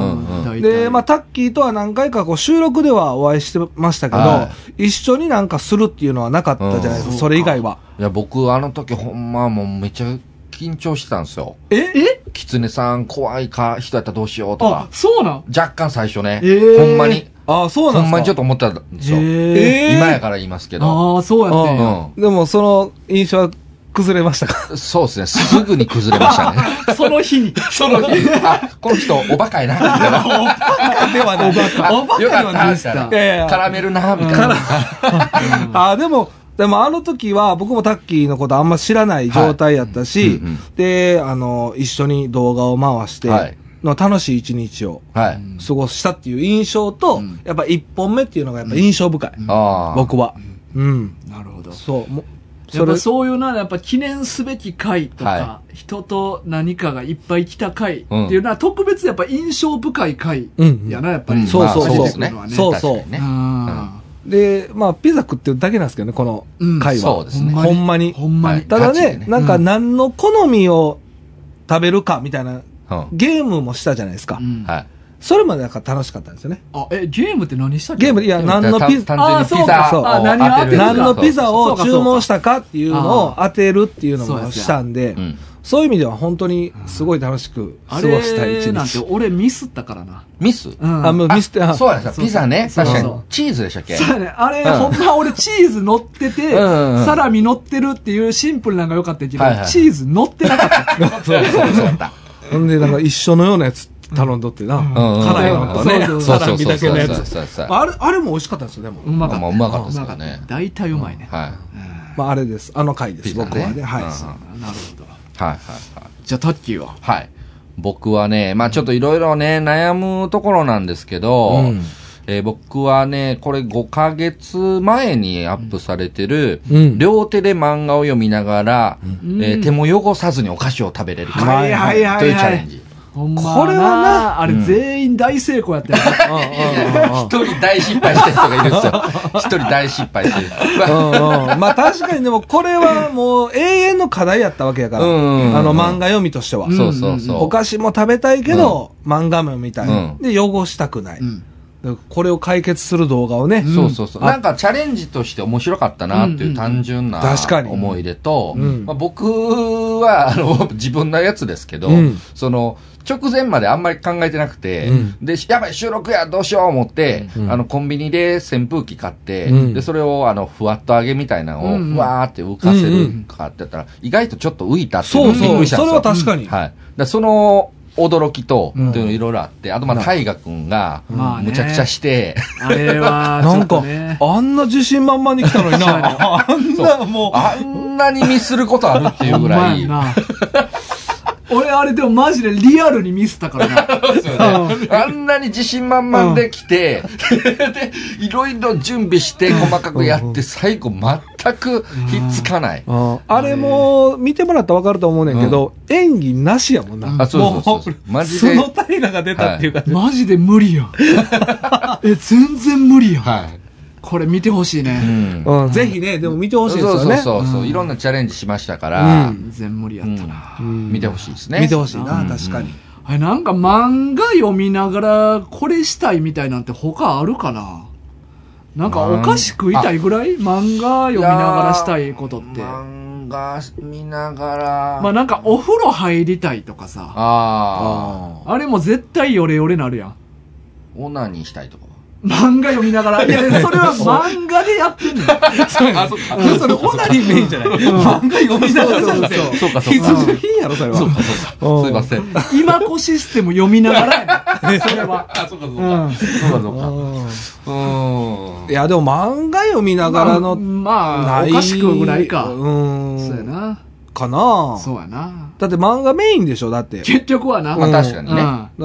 で、まあ、タッキーとは何回かこう収録ではお会いしてましたけど、一緒になんかするっていうのはなかったじゃないですか、それ以外は。 いや、僕、あの時ほんまもうめっちゃ緊張してたんですよ。 ええキツネさん怖いか人やったらどうしようとか。 あ、そうなん若干最初ね。ほんまに。 あ、そうなんほんまにちょっと思ってたんですよ。今やから言いますけど。 ああ、そうやって。 でも、その印象は、崩れましたか？ そうですね。すぐに崩れましたね。 その日に。 その日に。あ、この人、おバカやな。おバカではない。 おバカではないですか。 絡めるな、みたいな。 あ、でも、でもあの時は僕もタッキーのことあんま知らない状態やったし、で、あの、一緒に動画を回して、の楽しい一日を過ごしたっていう印象と、やっぱ一本目っていうのがやっぱ印象深い。僕は。うん。 なるほど。 そう。 やっぱそういうな、やっぱ記念すべき回とか、はい、人と何かがいっぱい来た回っていうのは、うん、特別やっぱ印象深い回やな、やっぱり。うん、 そうそうそう。 ね、 そうそう。ね、で、まあ、ピザ食ってるだけなんですけどね、この回は。 そうですね。 ほんまに。 ほんまに。 ただね、ねなんか何の好みを食べるかみたいな、ゲームもしたじゃないですか。うんはいそれまでなんか楽しかったんですよね。 あ、え、ゲームって何したっけ？ ゲーム、いや、何のピザ、 あ、そうか、そう。 何を当てる何のピザを注文したかっていうのを当てるっていうのもしたんで、そういう意味では本当にすごい楽しく過ごした一日。 あれなんて俺ミスったからな。 ミス？ うん。 あ、もうミスって、 そうやさ、ピザね。確かに。チーズでしたっけ？ そうやね。あれ、ほんま俺チーズ乗ってて、サラミ乗ってるっていうシンプルなのが良かったけど、チーズ乗ってなかった。 そうそうそう。 ほんで、なんか一緒のようなやつ。頼んどってな。辛いのとね。サラミだけのやつ。あれ、あれも美味しかったですよ、でも。 うまかった。 うまかったですよね。 大体うまいね。 はい。まあ、あれです。あの回です、僕はね。はい。なるほど。はいはいはい。 じゃあ、タッキーは？ はい。僕はね、まあちょっといろいろね、悩むところなんですけど、えー、僕はね、これごかげつまえにアップされてる、うん、両手で漫画を読みながら、うんえー、手も汚さずにお菓子を食べれるか、 はいはいはいはい、 というチャレンジ。 ほんまこれはな、あれ全員大成功やったよね。一人大失敗した人がいるんですよ。一人大失敗してる。 まあ確かにでもこれはもう永遠の課題やったわけやから。あの漫画読みとしては。 そうそうそう。 お菓子も食べたいけど、漫画も読みたい。で、汚したくない。これを解決する動画をね。 そうそうそう。なんかチャレンジとして面白かったなっていう単純な思い出と、僕はあの自分のやつですけど、その、直前まであんまり考えてなくて、うん、で、やばい収録やどうしよう思って、うん、あの、コンビニで扇風機買って、うん、で、それをあの、ふわっと揚げみたいなのを、ふわーって浮かせるかってやったら、意外とちょっと浮いたっていうのをびっくりしたんですよ。 それは確かに。 はい。で、その、驚きと、っていうのいろいろあって、あとまあ、大河君が、むちゃくちゃして、 あれは、 なんか、あんな自信満々に来たのにな。あんなもう、 あんなにミスることあるっていうぐらい。 俺あれでもマジでリアルにミスったからな。 あんなに自信満々できて、で、いろいろ準備して細かくやって、最後全くひっつかない。 あれも、見てもらったらわかると思うねんけど、演技なしやもんな。 あ、そうそうそう。 マジで。その大河が出たっていうか、 マジで無理やん。え、全然無理やん。はい。これ見てほしいね。 うん。ぜひね、でも見てほしいですよね。 そうそうそう。いろんなチャレンジしましたから。 全然無理やったな。 見てほしいですね。 見てほしいな、確かに。 あれ、なんか漫画読みながらこれしたいみたいなんて他あるかな？なんかお菓子食いたいぐらい漫画読みながらしたいことって。 漫画見ながら。 まあなんかお風呂入りたいとかさ。ああ。あれも絶対ヨレヨレなるやん。 オナニーしたいとか。 漫画読みながら。いや、それは漫画でやってんのよ。 あ、そっか。それ、オナニーメインじゃない。漫画読みながらじゃなくて。 そうか、そうか。 必需品やろ、それは。 そうか、そうか。すいません。 今子システム読みながらやね。それは。 あ、そうか、そうか。そうか、そうか。 うん。いや、でも漫画読みながらの、 まあ、おかしくぐらいか。うん。そうやな。 かな。 そうやな。 だって漫画メインでしょ、だって。 結局はな。 まあ確かにね。だから、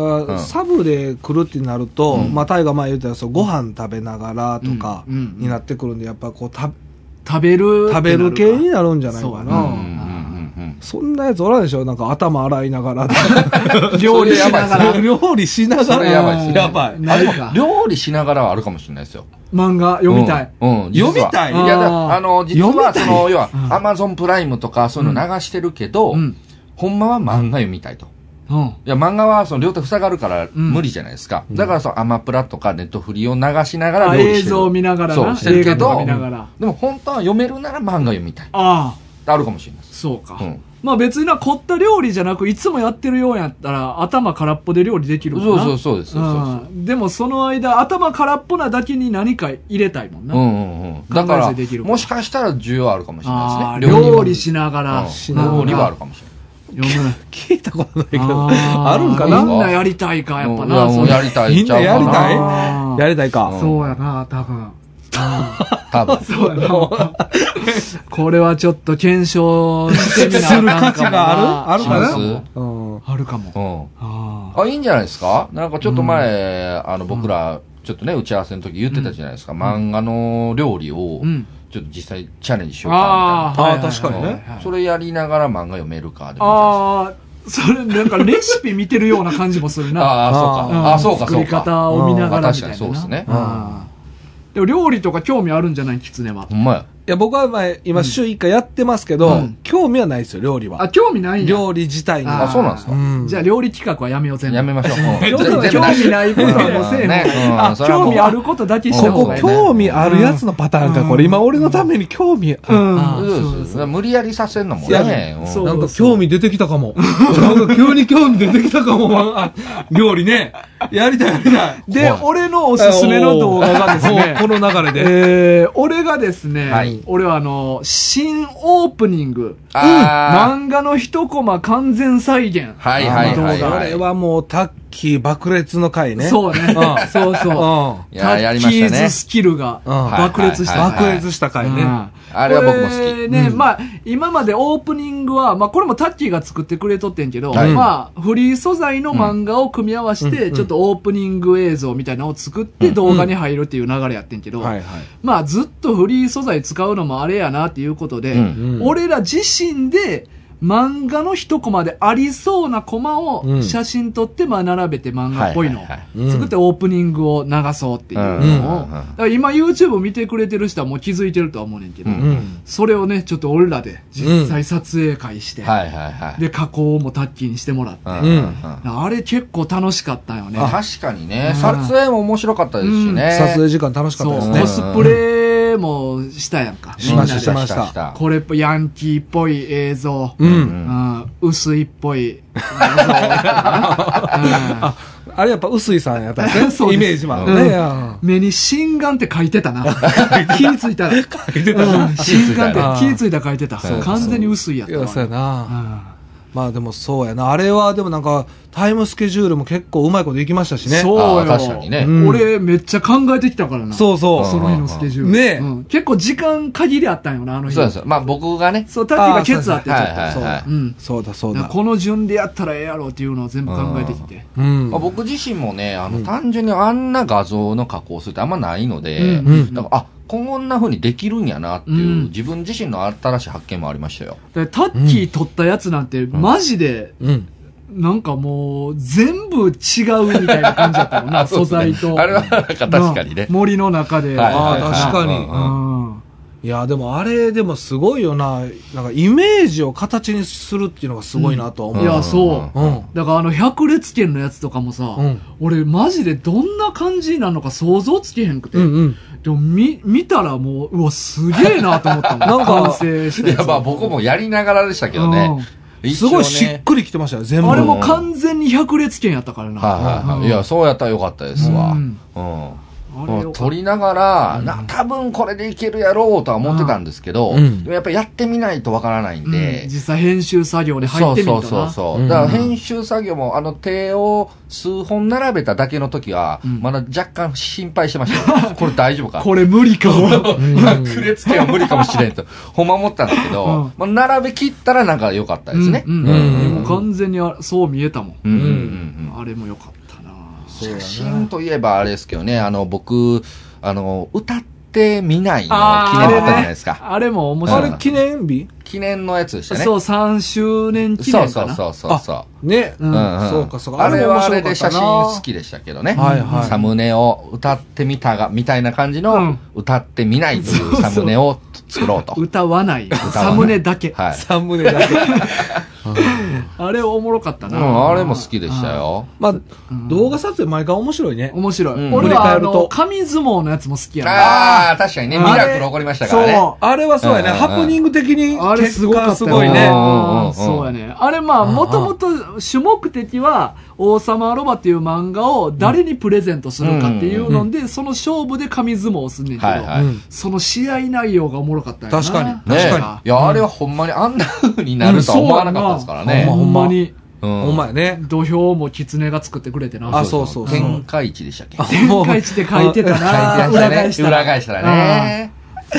サブで来るってなると、まあ、タイが前言ったら、そう、ご飯食べながらとか、になってくるんで、やっぱこう、食べる。 食べる系になるんじゃないかな。そんなやつおらんでしょなんか頭洗いながら。 料理しながら。 料理しながら。 それやばいですね。 やばい。 料理しながらはあるかもしれないですよ。 漫画読みたい。 うん。 読みたい。 いや、あの、実は、その、要は、アマゾンプライムとか、そういうの流してるけど、ほんまは漫画読みたいと。いや、漫画は、その、両手塞がるから無理じゃないですか。だから、その、アマプラとかネットフリを流しながら料理してる。 映像を見ながらそう、してるけど、でも本当は読めるなら漫画読みたい。ああ。あるかもしれないです。 そうか。まあ別にな、凝った料理じゃなく、いつもやってるようやったら、頭空っぽで料理できるもんな。 そうそうそうです。 でもその間、頭空っぽなだけに何か入れたいもんな。 うんうんうん。だから、もしかしたら需要あるかもしれないですね。料理しながら。 料理はあるかもしれない。 読む。聞いたことないけど。あるんかなみんなやりたいか、やっぱな。 やりたい。 みんなやりたいやりたいか。 そうやな、多分。 多分。 そうやな。これはちょっと検証してみなする価値があるあるかなあるかも。 あ、いいんじゃないですかなんかちょっと前、あの、僕ら、ちょっとね、打ち合わせの時言ってたじゃないですか。漫画の料理を、ちょっと実際チャレンジしようかみたいな。 ああ、確かにね。 それやりながら漫画読めるかでもいいじゃないですか。 ああ、それなんかレシピ見てるような感じもするな。 ああ、そうか。ああ、そうか、そうか。 作り方を見ながらみたいな。 確かにそうですね。 でも料理とか興味あるんじゃないキツネは。 ほんまや。 いや、僕は前、今週いっかいやってますけど、興味はないですよ、料理は。 あ、興味ないんや。 料理自体に。 あ、そうなんですか。 じゃあ料理企画はやめよう、全部。 やめましょう。 興味ないことはもうせえへん。興味あることだけした方がいい。 ここ、興味あるやつのパターンか、これ。今、俺のために興味ある。そうです。無理やりさせんのもね。 なんか興味出てきたかも。なんか急に興味出てきたかも。料理ね。やりたい、やりたい。 で、俺のおすすめの動画がですね、 この流れで。 え、俺がですね、俺はあの、新オープニング、漫画の一コマ完全再現。 はいはいはい。 これはもうタッキー爆裂の回ね。 そうね。そうそう。タッキーズスキルが爆裂した。 爆裂した回ね。 あれは僕も好き。 ね、まあ、今までオープニングは、まあこれもタッキーが作ってくれとってんけど、まあ、フリー素材の漫画を組み合わせて、ちょっとオープニング映像みたいなのを作って動画に入るっていう流れやってんけど、まあずっとフリー素材使うのもあれやなっていうことで、俺ら自身で漫画の一コマでありそうなコマを写真撮って、まあ並べて漫画っぽいのを作ってオープニングを流そうっていうのを、だから今 YouTube 見てくれてる人はもう気づいてるとは思うねんけど、それをね、ちょっと俺らで実際撮影会して、で、加工もタッキーにしてもらって、あれ結構楽しかったよね。 確かにね、撮影も面白かったですしね。 撮影時間楽しかったですね。 コスプレもしたやんか。 しました、しました。 これっぽいヤンキーっぽい映像。うん。薄いっぽい映像。 あれやっぱ薄いさんやったんですね。イメージはね。 目に心眼って書いてたな。気ぃついたら。書いてた。心眼って気ぃついたら書いてた。完全に薄いやった。 いや、そうやな。まあでもそうやな。あれはでもなんか、タイムスケジュールも結構うまいこといきましたしね。 そうよ。 確かにね。 俺めっちゃ考えてきたからな。 そうそう。 その日のスケジュール。 ね結構時間限りあったんよな、あの日。 そうですよ。まあ僕がね。 そう、タッキーがケツあってちょっと。 そうだそうだ。 この順でやったらええやろっていうのを全部考えてきて。 僕自身もね、あの、単純にあんな画像の加工するってあんまないので、だから、あ、こんな風にできるんやなっていう、うん、自分自身の新しい発見もありましたよ。 タッキー撮ったやつなんて、うん、マジで、うん、なんかもう、全部違うみたいな感じだったもんな、素材と。 あれはなんか確かにね。 森の中で。 ああ、確かに。うんいや、でもあれでもすごいよな。なんかイメージを形にするっていうのがすごいなとは思う。 いや、そう。うん。だからあの百列拳のやつとかもさ、うん、俺マジでどんな感じなのか想像つけへんくて。うんうん、でも見、見たらもう、うわ、すげえなと思ったもん。なんか完成したやつ。 いや、まあ僕もやりながらでしたけどね。 うん、すごいしっくりきてましたよ、全部。 あれも完全に百列拳やったからな。 はいはいはい。いや、そうやったらよかったですわ。うん。 撮りながら、な、多分これでいけるやろうとは思ってたんですけど、やっぱりやってみないとわからないんで。 実際編集作業で入ってみるとな。 そうそうそう。だから編集作業も、あの手を数本並べただけの時は、まだ若干心配してました。これ大丈夫かこれ無理かも。 くれつけは無理かもしれんと、ほんま思ったんですけど、まあ並べ切ったらなんか良かったですね。 完全にそう見えたもん。あれも良かった。 写真といえばあれですけどね、あの、僕、あの、歌ってみないの記念あったじゃないですか。 あれも面白い。 あれ記念日記念のやつでしたね。 そう、さんしゅうねん記念かな。 そうそうそうそう。 ね。うん。そうかそうか。 あれはあれで写真好きでしたけどね。はいはい。サムネを歌ってみたが、みたいな感じの、歌ってみないというサムネを作ろうと。 歌わない。サムネだけ。 はい。サムネだけ。 あれおもろかったな。 うん、あれも好きでしたよ。 まあ、動画撮影毎回面白いね。 面白い。俺はあの、紙相撲のやつも好きやな。 ああ、確かにね、ミラクル起こりましたからね。そう。 あれはそうやね。ハプニング的に。 あれすごかった。 すごいね。 そうやね。あれまあ、もともと主目的は、王様ロバっていう漫画を誰にプレゼントするかっていうので、その勝負で紙相撲をすんねんけど、その試合内容がおもろかったよな。 確かに。 確かに。いや、あれはほんまにあんな風になるとは思わなかったですからね。 ほんまに。 ほんまやね。 土俵も狐が作ってくれてな。 あ、そうそう。 天下一でしたっけ？ 天下一って書いてたな。 裏返したら。裏返したらね。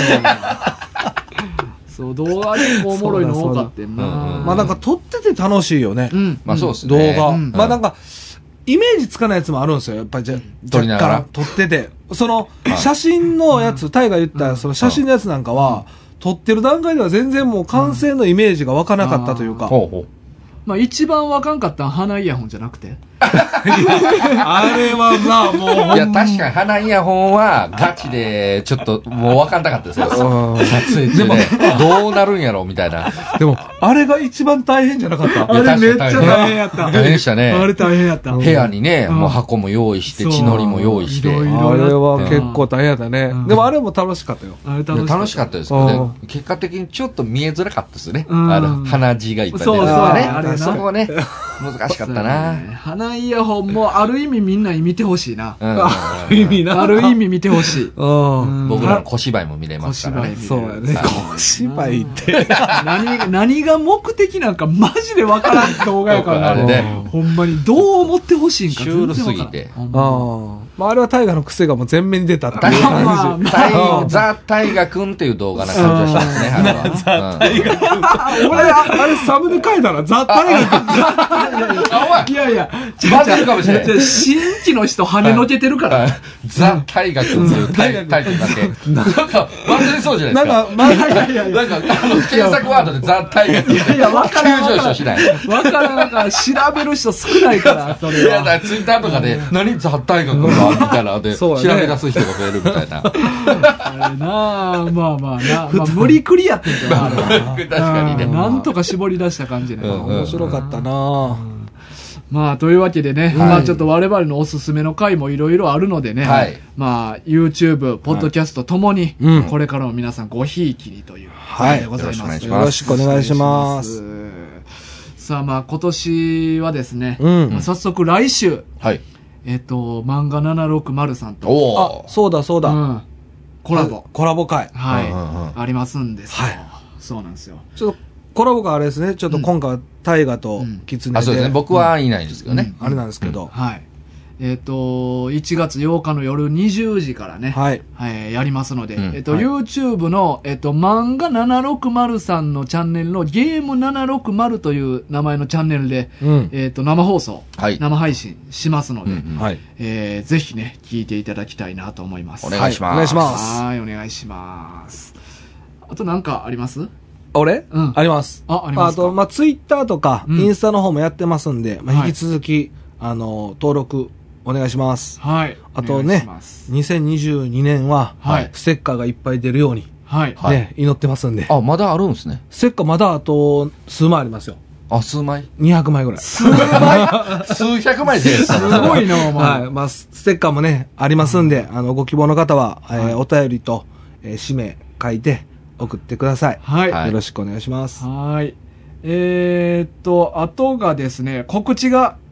そう、動画でもおもろいの多かったよな。 まあなんか撮ってて楽しいよね。 まあそうですね。 動画。まあなんか、イメージつかないやつもあるんですよ。やっぱりじゃ撮りながら。 撮ってて。その、写真のやつ、タイが言ったその写真のやつなんかは、撮ってる段階では全然もう完成のイメージが湧かなかったというか。 まあ一番わかんかったのは鼻イヤホンじゃなくて。 あれはまあもう。 いや、確かに鼻イヤホンはガチで、ちょっともうわかんなかったですよ。撮影中で。どうなるんやろみたいな。 でも、あれが一番大変じゃなかった。 あれめっちゃ大変やった。 大変でしたね。 あれ大変やった。 部屋にね、もう箱も用意して、血のりも用意して。あれは結構大変やったね。でもあれも楽しかったよ。 あれ楽しかったですけど、結果的にちょっと見えづらかったですね。あの、鼻血がいっぱい出てるね。そこはね、難しかったな。 鼻イヤホンもある意味みんなに見てほしいな。 ある意味な。 ある意味見てほしい。 僕らの小芝居も見れますからね。 そうやね。小芝居って。 何、何が目的なんかマジでわからん動画やからな。ほんまにどう思ってほしいんか。 シュールすぎて。 まああれは大河の癖がもう全面に出たっていう感じ。 ザ・大河くんっていう動画な感じがしますね、あれは。 ザ・大河くん。俺、あれサムネ書いたらザ・大河くん。 いやいや、 バズるかもしれない。 新規の人跳ねのけてるから。 ザ・大河くんっていうタイトルだけ。なんか、バズりそうじゃないですか。 なんか、まあ、いやいやなんか、あの、検索ワードでザ・大河くんって。 いや、わからん。 急上昇しない。 わからんから、調べる人少ないから、それは。 いや、だからツイッターとかで、何ザ・大河くんはみたいなので、調べ出す人が増えるみたいな。 あれなあ、まあまあな、まあ無理くりやってんじゃん、あれは。 確かにね。 なんとか絞り出した感じね。 面白かったなまあ、というわけでね、まあちょっと我々のおすすめの回もいろいろあるのでね、まあ YouTube、ポッドキャストともに、これからも皆さんごひいきにというはいでございます。 よろしくお願いします。 さあまあ今年はですね、早速来週、えっと、漫画ななろくまるさんと、 あ、そうだそうだ。 コラボ。 コラボ会。 はい。ありますんですよ。そうなんですよ。 ちょっと、コラボがあれですね。ちょっと今回は大河と狐で。 あ、そうですね。僕はいないんですけどね。 あれなんですけど。 はい。えっと、いちがつようかの夜にじゅうじからね。はい。やりますので、えっと、YouTube の、えっと、漫画ななろくまるさんのチャンネルのゲームななろくまるという名前のチャンネルで、えっと、生放送、生配信しますので、えぜひね、聞いていただきたいなと思います。 お願いします。 お願いします。 はい、お願いします。あとなんかあります？ 俺うん。あります。 あ、ありますか。 あと、まあ、ツイッターとか、インスタの方もやってますんで、まあ、引き続き、あの、登録、お願いします。 はい。 あとね、にせんにじゅうにねんは、ステッカーがいっぱい出るように、はい。ね、祈ってますんで。 あ、まだあるんですね。 ステッカーまだあと、数枚ありますよ。 あ、数枚 ? にひゃくまいぐらい。 数枚数百枚です。 すごいな、お前。 はい。まあ、ステッカーもね、ありますんで、あの、ご希望の方は、えお便りと、え氏名書いて送ってください。はい。よろしくお願いします。 はい。えーっと、あとがですね、告知が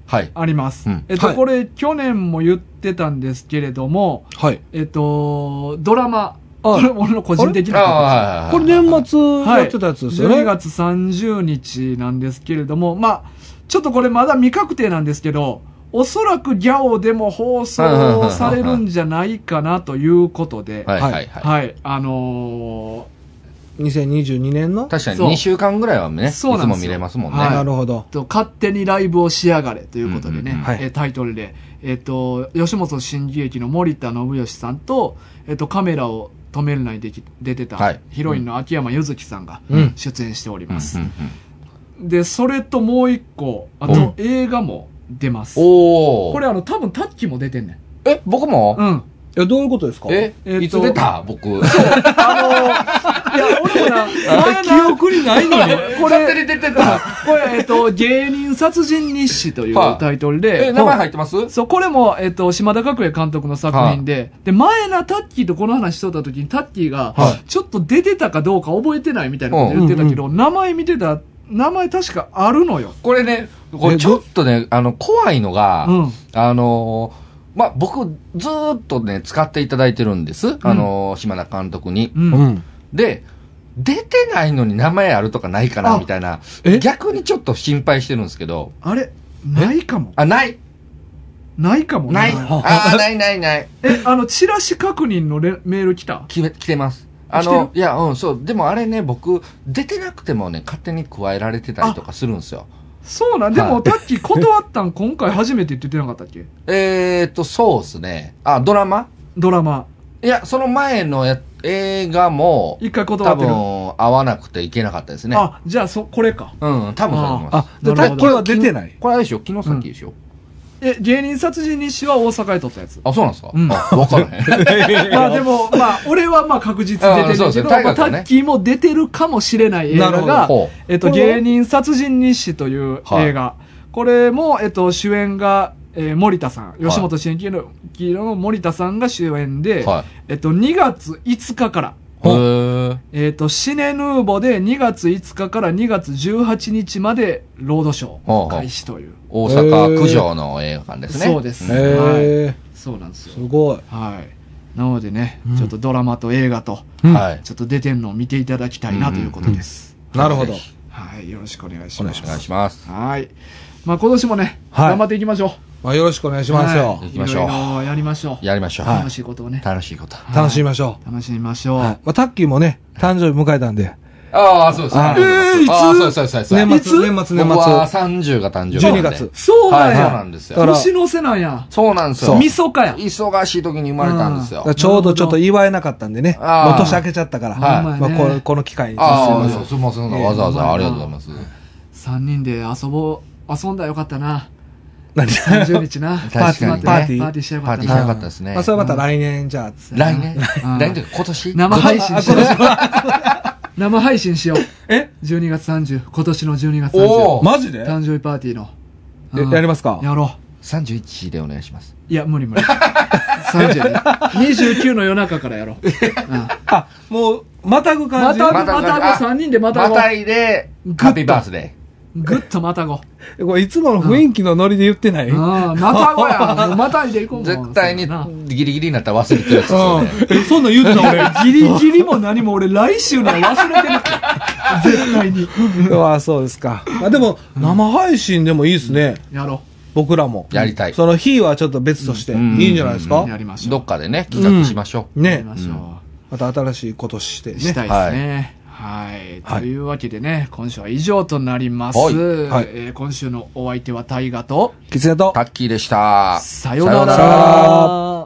あります。 はい、 えっと、はい、これ、去年も言ってたんですけれども、 はい、 えっと、ドラマ、これ、俺の個人的なこれ年末やってたやつですよね。 じゅうにがつさんじゅうにちなんですけれども、まあ、ちょっとこれまだ未確定なんですけど、おそらくギャオでも放送されるんじゃないかなということで、 はいはいはい。 はい、あのー、にせんにじゅうにねんの確かににしゅうかんぐらいはね、いつも見れますもんね。 はい、なるほど。 と勝手にライブをしやがれということでね、うんうんうん、えタイトルで、えっと、吉本新喜劇の森田信義さんと、えっと、カメラを止めるなにでき出てたヒロインの秋山柚月さんが出演しております。うんうん、で、それともう一個、あと映画も出ます。 おこれあの、多分タッキーも出てんねん。 え、僕もうん。 え、どういうことですかえ、えー、いつ出た僕。そう。 あのー、いや、俺もな、 記憶にないのに。 これ、 勝手に出てた。 これ、えっと、芸人殺人日誌というタイトルで。はい、え、名前入ってますそう、これも、えっと、島田角栄監督の作品で、はい、で、前な、タッキーとこの話しとった時に、タッキーが、はい、ちょっと出てたかどうか覚えてないみたいなこと言ってたけど、うんうん、名前見てた、名前確かあるのよ。 これね、これちょっとね、あの、怖いのが、うん、あのー、まあ、僕、ずーっとね、使っていただいてるんです。うん、あの、島田監督に、うん。で、出てないのに名前あるとかないかな、みたいな。逆にちょっと心配してるんですけど。 あれないかも。 あ、ないないかも。 ない。あ、ないないない。 え、あの、チラシ確認のレメール来た来て、来てます。あの、いや、うん、そう。でもあれね、僕、出てなくてもね、勝手に加えられてたりとかするんですよ。 そうなんでも、タッキー断ったん今回初めてって言ってなかったっけえーっと、そうですね。あ、ドラマドラマ。 いや、その前のや映画も、 一回断ってる。 多分、合わなくていけなかったですね。 あ、じゃあ、そ、これか。 うん、多分そう思います。 あ、で、タッキーは出てない。 これあれでしょ木崎でしょ、うんえ、芸人殺人日誌は大阪で撮ったやつ。 あ、そうなんですか、うん、あ、わからへん。 まあでも、まあ、俺はまあ確実に出てるけど、ねまあ、タッキーも出てるかもしれない映画が、えっと、芸人殺人日誌という映画。はい、これも、えっと、主演が、えー、森田さん。吉本新喜劇の森田さんが主演で、はい、えっと、にがついつかから、えっと、シネヌーボでにがついつかからにがつじゅうはちにちまでロードショー開始という。 大阪九条の映画館ですね。 そうです。はい。そうなんですよ。 すごい。 はい。なのでね、うん、ちょっとドラマと映画と、うん、ちょっと出てんのを見ていただきたいなということです。 うんうんうん、なるほど。 はい。よろしくお願いします。 お願いします。 はい。まあ今年もね、はい、頑張っていきましょう。 まあ、よろしくお願いしますよ。 はい、行きましょう。いろいろやりましょう。 やりましょう。 楽しいことをね。 楽しいこと。 楽しみましょう。楽しみましょう。 はい、まあ、タッキーもね、誕生日迎えたんで。 ああ、そうですね。 えー、いつああ、そうそうそうそう。 年末、年末、年末。 僕はさんじゅうが誕生日。 じゅうにがつ。 そうなんや。 そうなんですよ。 年の瀬なんや。 そうなんですよ。 みそかや。 忙しい時に生まれたんですよ。 ちょうどちょっと祝えなかったんでね。もう年明けちゃったから。はい。まあ、この、この機会に。 ああ、そう、すみません。わざわざありがとうございます。 さんにんで遊ぼう、遊んだらよかったな。 何さんじゅうにちな。 パーティー、 パーティー。パーティーしようかった。 パーティーしようかったですね。 まあ、それはまた来年じゃあ。 来年来年というか今年生配信しよう。生配信しよう。え ?じゅうにがつさんじゅう、今年のじゅうにがつさんじゅう。 おー、マジで誕生日パーティーの。 え、やりますかやろう。さんじゅういちでお願いします。 いや、無理無理。さんじゅうに。にじゅうきゅうの夜中からやろう。 あ、もう、またぐ感じまたぐ、またぐ、さんにんでまたぐ。 またいで、ハッピーバースデー。 ぐっとまたご。 これいつもの雰囲気のノリで言ってない？ ああ、またごや。もうまたいでいこう。 絶対にギリギリになったら忘れてるやつですよね。 え、そんなん言った俺。 ギリギリも何も俺来週には忘れてるって。絶対に。 ああ、そうですか。まあでも、生配信でもいいですね。 やろう。 僕らも。 やりたい。 その日はちょっと別として、いいんじゃないですか？ やりましょう。 どっかでね、企画しましょう。 ね。 また新しいことしてね。 したいですね。はい。というわけでね、今週は以上となります。はい。えー、今週のお相手はタイガと、 キツネと、 タッキーでした。 さようなら。